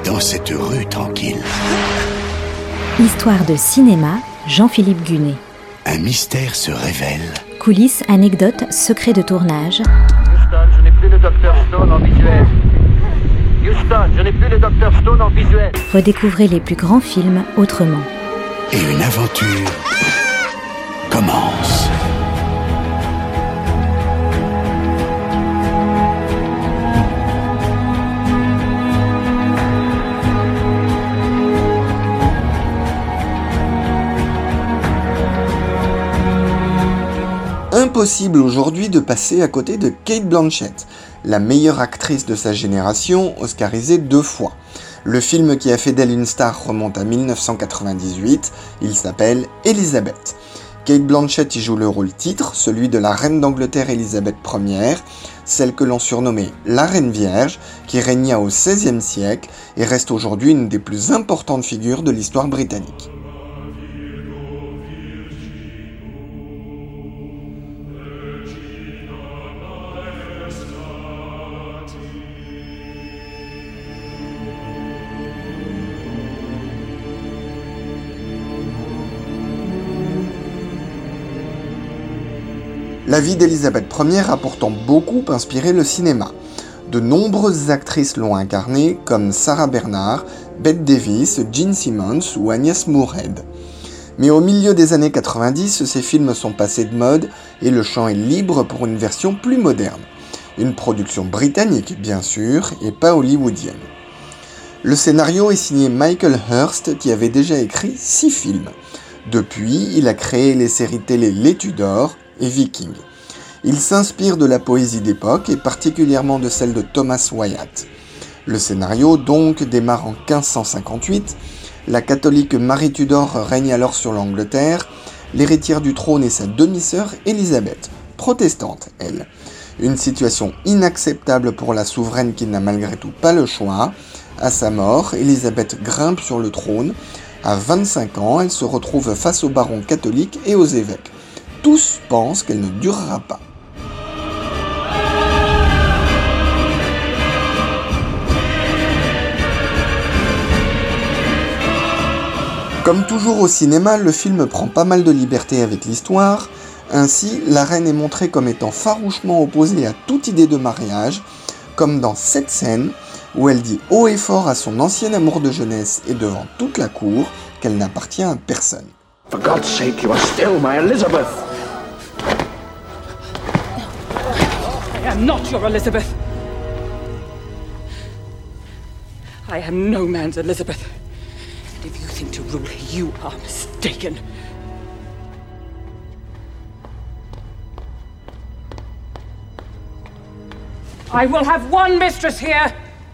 dans cette rue tranquille? Histoire de cinéma, Jean-Philippe Gunet. Un mystère se révèle. Coulisses, anecdotes, secrets de tournage. Houston, je n'ai plus le Dr Stone en visuel. Houston, je n'ai plus le Dr Stone en visuel. Redécouvrez les plus grands films autrement. Et une aventure commence. Impossible aujourd'hui de passer à côté de Cate Blanchett, la meilleure actrice de sa génération, oscarisée 2 fois. Le film qui a fait d'elle une star remonte à 1998, il s'appelle Elizabeth. Cate Blanchett y joue le rôle titre, celui de la reine d'Angleterre Élisabeth Ier, celle que l'on surnommait la Reine Vierge, qui régna au XVIe siècle et reste aujourd'hui une des plus importantes figures de l'histoire britannique. La vie d'Élisabeth Ier a pourtant beaucoup inspiré le cinéma. De nombreuses actrices l'ont incarnée, comme Sarah Bernhardt, Bette Davis, Jean Simmons ou Agnès Moorehead. Mais au milieu des années 90, ces films sont passés de mode et le champ est libre pour une version plus moderne. Une production britannique, bien sûr, et pas hollywoodienne. Le scénario est signé Michael Hirst, qui avait déjà écrit 6 films. Depuis, il a créé les séries télé Les Tudors et Viking. Il s'inspire de la poésie d'époque et particulièrement de celle de Thomas Wyatt. Le scénario donc démarre en 1558. La catholique Marie Tudor règne alors sur l'Angleterre. L'héritière du trône est sa demi-sœur Élisabeth, protestante elle. Une situation inacceptable pour la souveraine qui n'a malgré tout pas le choix. À sa mort, Élisabeth grimpe sur le trône. À 25 ans, elle se retrouve face aux barons catholiques et aux évêques. Tous pensent qu'elle ne durera pas. Comme toujours au cinéma, le film prend pas mal de liberté avec l'histoire. Ainsi, la reine est montrée comme étant farouchement opposée à toute idée de mariage, comme dans cette scène où elle dit haut et fort à son ancien amour de jeunesse et devant toute la cour qu'elle n'appartient à personne. For God's sake, you are still my Elizabeth. I am not your Elizabeth. I am no man's Elizabeth. And if you think to rule, you are mistaken. I will have one mistress here.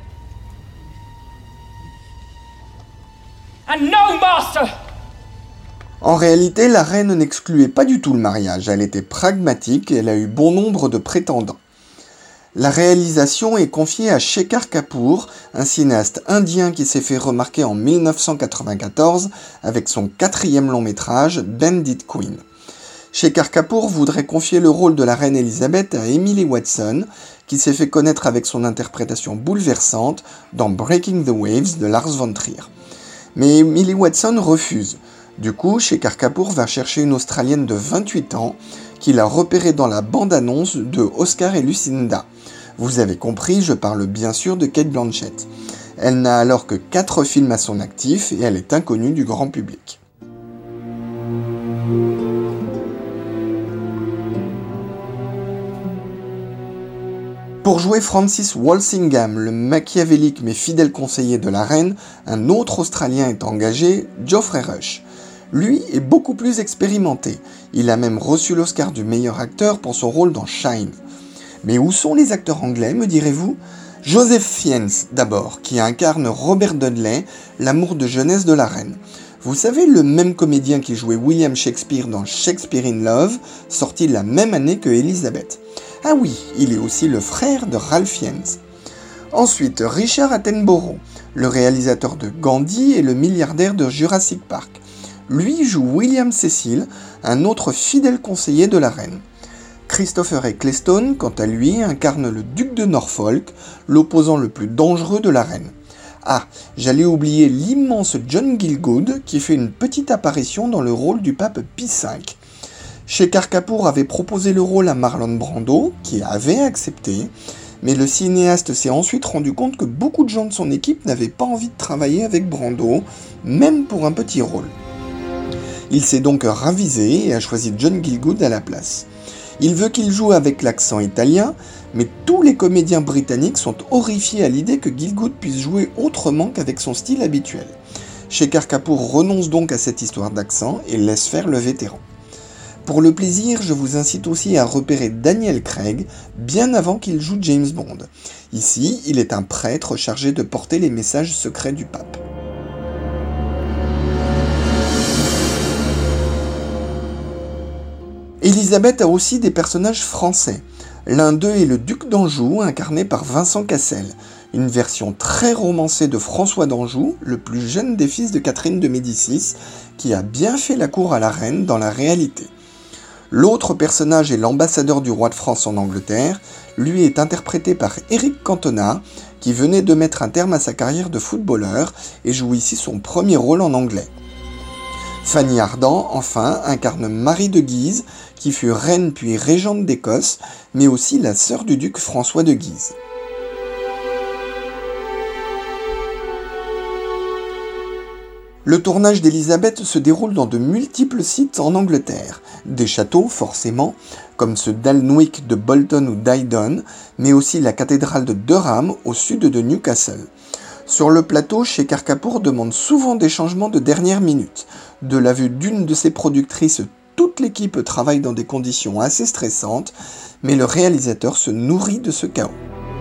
And no master. En réalité, la reine n'excluait pas du tout le mariage, elle était pragmatique et elle a eu bon nombre de prétendants. La réalisation est confiée à Shekhar Kapur, un cinéaste indien qui s'est fait remarquer en 1994 avec son 4e long métrage Bandit Queen. Shekhar Kapur voudrait confier le rôle de la reine Elisabeth à Emily Watson, qui s'est fait connaître avec son interprétation bouleversante dans Breaking the Waves de Lars von Trier. Mais Emily Watson refuse. Du coup, Shekhar Kapur va chercher une Australienne de 28 ans qu'il a repérée dans la bande-annonce de Oscar et Lucinda. Vous avez compris, je parle bien sûr de Cate Blanchett. Elle n'a alors que 4 films à son actif et elle est inconnue du grand public. Pour jouer Francis Walsingham, le machiavélique mais fidèle conseiller de la reine, un autre Australien est engagé, Geoffrey Rush. Lui est beaucoup plus expérimenté. Il a même reçu l'Oscar du meilleur acteur pour son rôle dans Shine. Mais où sont les acteurs anglais, me direz-vous ? Joseph Fiennes, d'abord, qui incarne Robert Dudley, l'amour de jeunesse de la reine. Vous savez, le même comédien qui jouait William Shakespeare dans Shakespeare in Love, sorti la même année que Elizabeth. Ah oui, il est aussi le frère de Ralph Fiennes. Ensuite, Richard Attenborough, le réalisateur de Gandhi et le milliardaire de Jurassic Park. Lui joue William Cecil, un autre fidèle conseiller de la reine. Christopher Eccleston, quant à lui, incarne le duc de Norfolk, l'opposant le plus dangereux de la reine. Ah, j'allais oublier l'immense John Gielgud qui fait une petite apparition dans le rôle du pape Pie V. Shekhar Kapur avait proposé le rôle à Marlon Brando, qui avait accepté, mais le cinéaste s'est ensuite rendu compte que beaucoup de gens de son équipe n'avaient pas envie de travailler avec Brando, même pour un petit rôle. Il s'est donc ravisé et a choisi John Gielgud à la place. Il veut qu'il joue avec l'accent italien, mais tous les comédiens britanniques sont horrifiés à l'idée que Gielgud puisse jouer autrement qu'avec son style habituel. Shekhar Kapur renonce donc à cette histoire d'accent et laisse faire le vétéran. Pour le plaisir, je vous incite aussi à repérer Daniel Craig bien avant qu'il joue James Bond. Ici, il est un prêtre chargé de porter les messages secrets du pape. Élisabeth a aussi des personnages français. L'un d'eux est le duc d'Anjou, incarné par Vincent Cassel, une version très romancée de François d'Anjou, le plus jeune des fils de Catherine de Médicis, qui a bien fait la cour à la reine dans la réalité. L'autre personnage est l'ambassadeur du roi de France en Angleterre, lui est interprété par Éric Cantona, qui venait de mettre un terme à sa carrière de footballeur et joue ici son premier rôle en anglais. Fanny Ardant, enfin, incarne Marie de Guise, qui fut reine puis régente d'Écosse, mais aussi la sœur du duc François de Guise. Le tournage d'Élisabeth se déroule dans de multiples sites en Angleterre, des châteaux forcément, comme ceux d'Alnwick, de Bolton ou d'Haydon, mais aussi la cathédrale de Durham au sud de Newcastle. Sur le plateau, Shekhar Kapur demande souvent des changements de dernière minute. De l'aveu d'une de ses productrices, toute l'équipe travaille dans des conditions assez stressantes, mais le réalisateur se nourrit de ce chaos.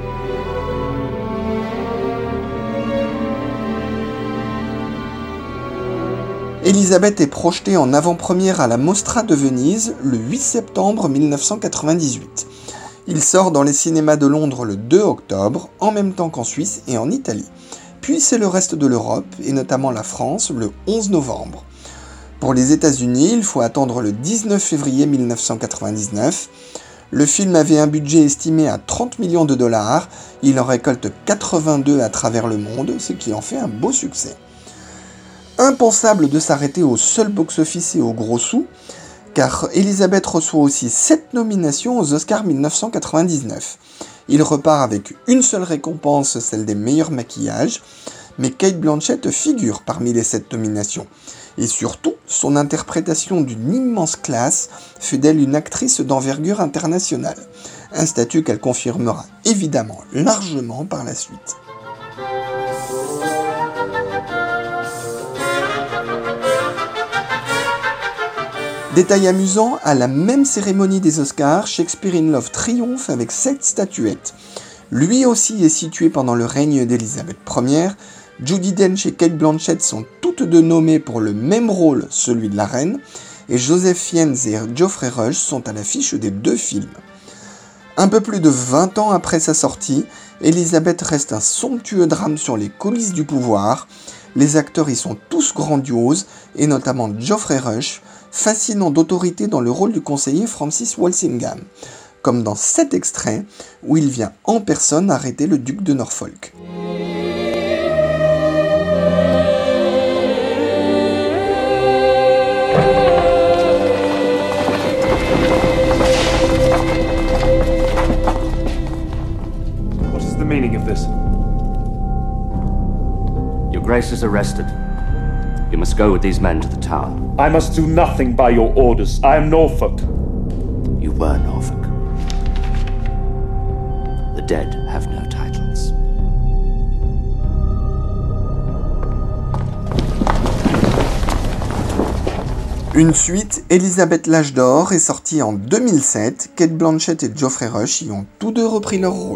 Élisabeth est projetée en avant-première à la Mostra de Venise le 8 septembre 1998. Il sort dans les cinémas de Londres le 2 octobre, en même temps qu'en Suisse et en Italie. Puis c'est le reste de l'Europe, et notamment la France, le 11 novembre. Pour les États-Unis, il faut attendre le 19 février 1999. Le film avait un budget estimé à 30 millions de dollars, il en récolte 82 à travers le monde, ce qui en fait un beau succès. Impensable de s'arrêter au seul box-office et aux gros sous, car Élisabeth reçoit aussi 7 nominations aux Oscars 1999. Il repart avec une seule récompense, celle des meilleurs maquillages, mais Cate Blanchett figure parmi les 7 nominations. Et surtout, son interprétation d'une immense classe fait d'elle une actrice d'envergure internationale, un statut qu'elle confirmera évidemment largement par la suite. Détail amusant, à la même cérémonie des Oscars, Shakespeare in Love triomphe avec 7 statuettes. Lui aussi est situé pendant le règne d'Élisabeth Ier. Judi Dench et Cate Blanchett sont toutes deux nommées pour le même rôle, celui de la reine, et Joseph Fiennes et Geoffrey Rush sont à l'affiche des 2 films. Un peu plus de 20 ans après sa sortie, Élisabeth reste un somptueux drame sur les coulisses du pouvoir. Les acteurs y sont tous grandioses, et notamment Geoffrey Rush, fascinant d'autorité dans le rôle du conseiller Francis Walsingham, comme dans cet extrait où il vient en personne arrêter le duc de Norfolk. What is the meaning of this? Your Grace is arrested. You must go with these men to the Tower. I must do nothing by your orders. I am Norfolk. You were Norfolk. The dead have no titles. Une suite, Élisabeth l'âge d'or, est sortie en 2007. Cate Blanchett et Geoffrey Rush y ont tous deux repris leur rôle.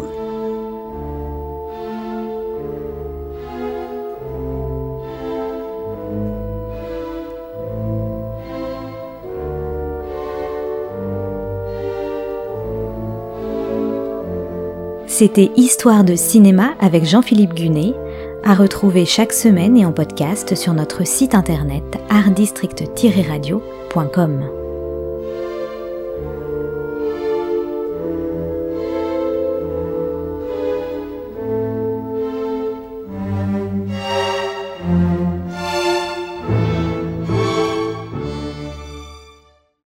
C'était Histoire de cinéma avec Jean-Philippe Gunet, à retrouver chaque semaine et en podcast sur notre site internet artdistrict-radio.com.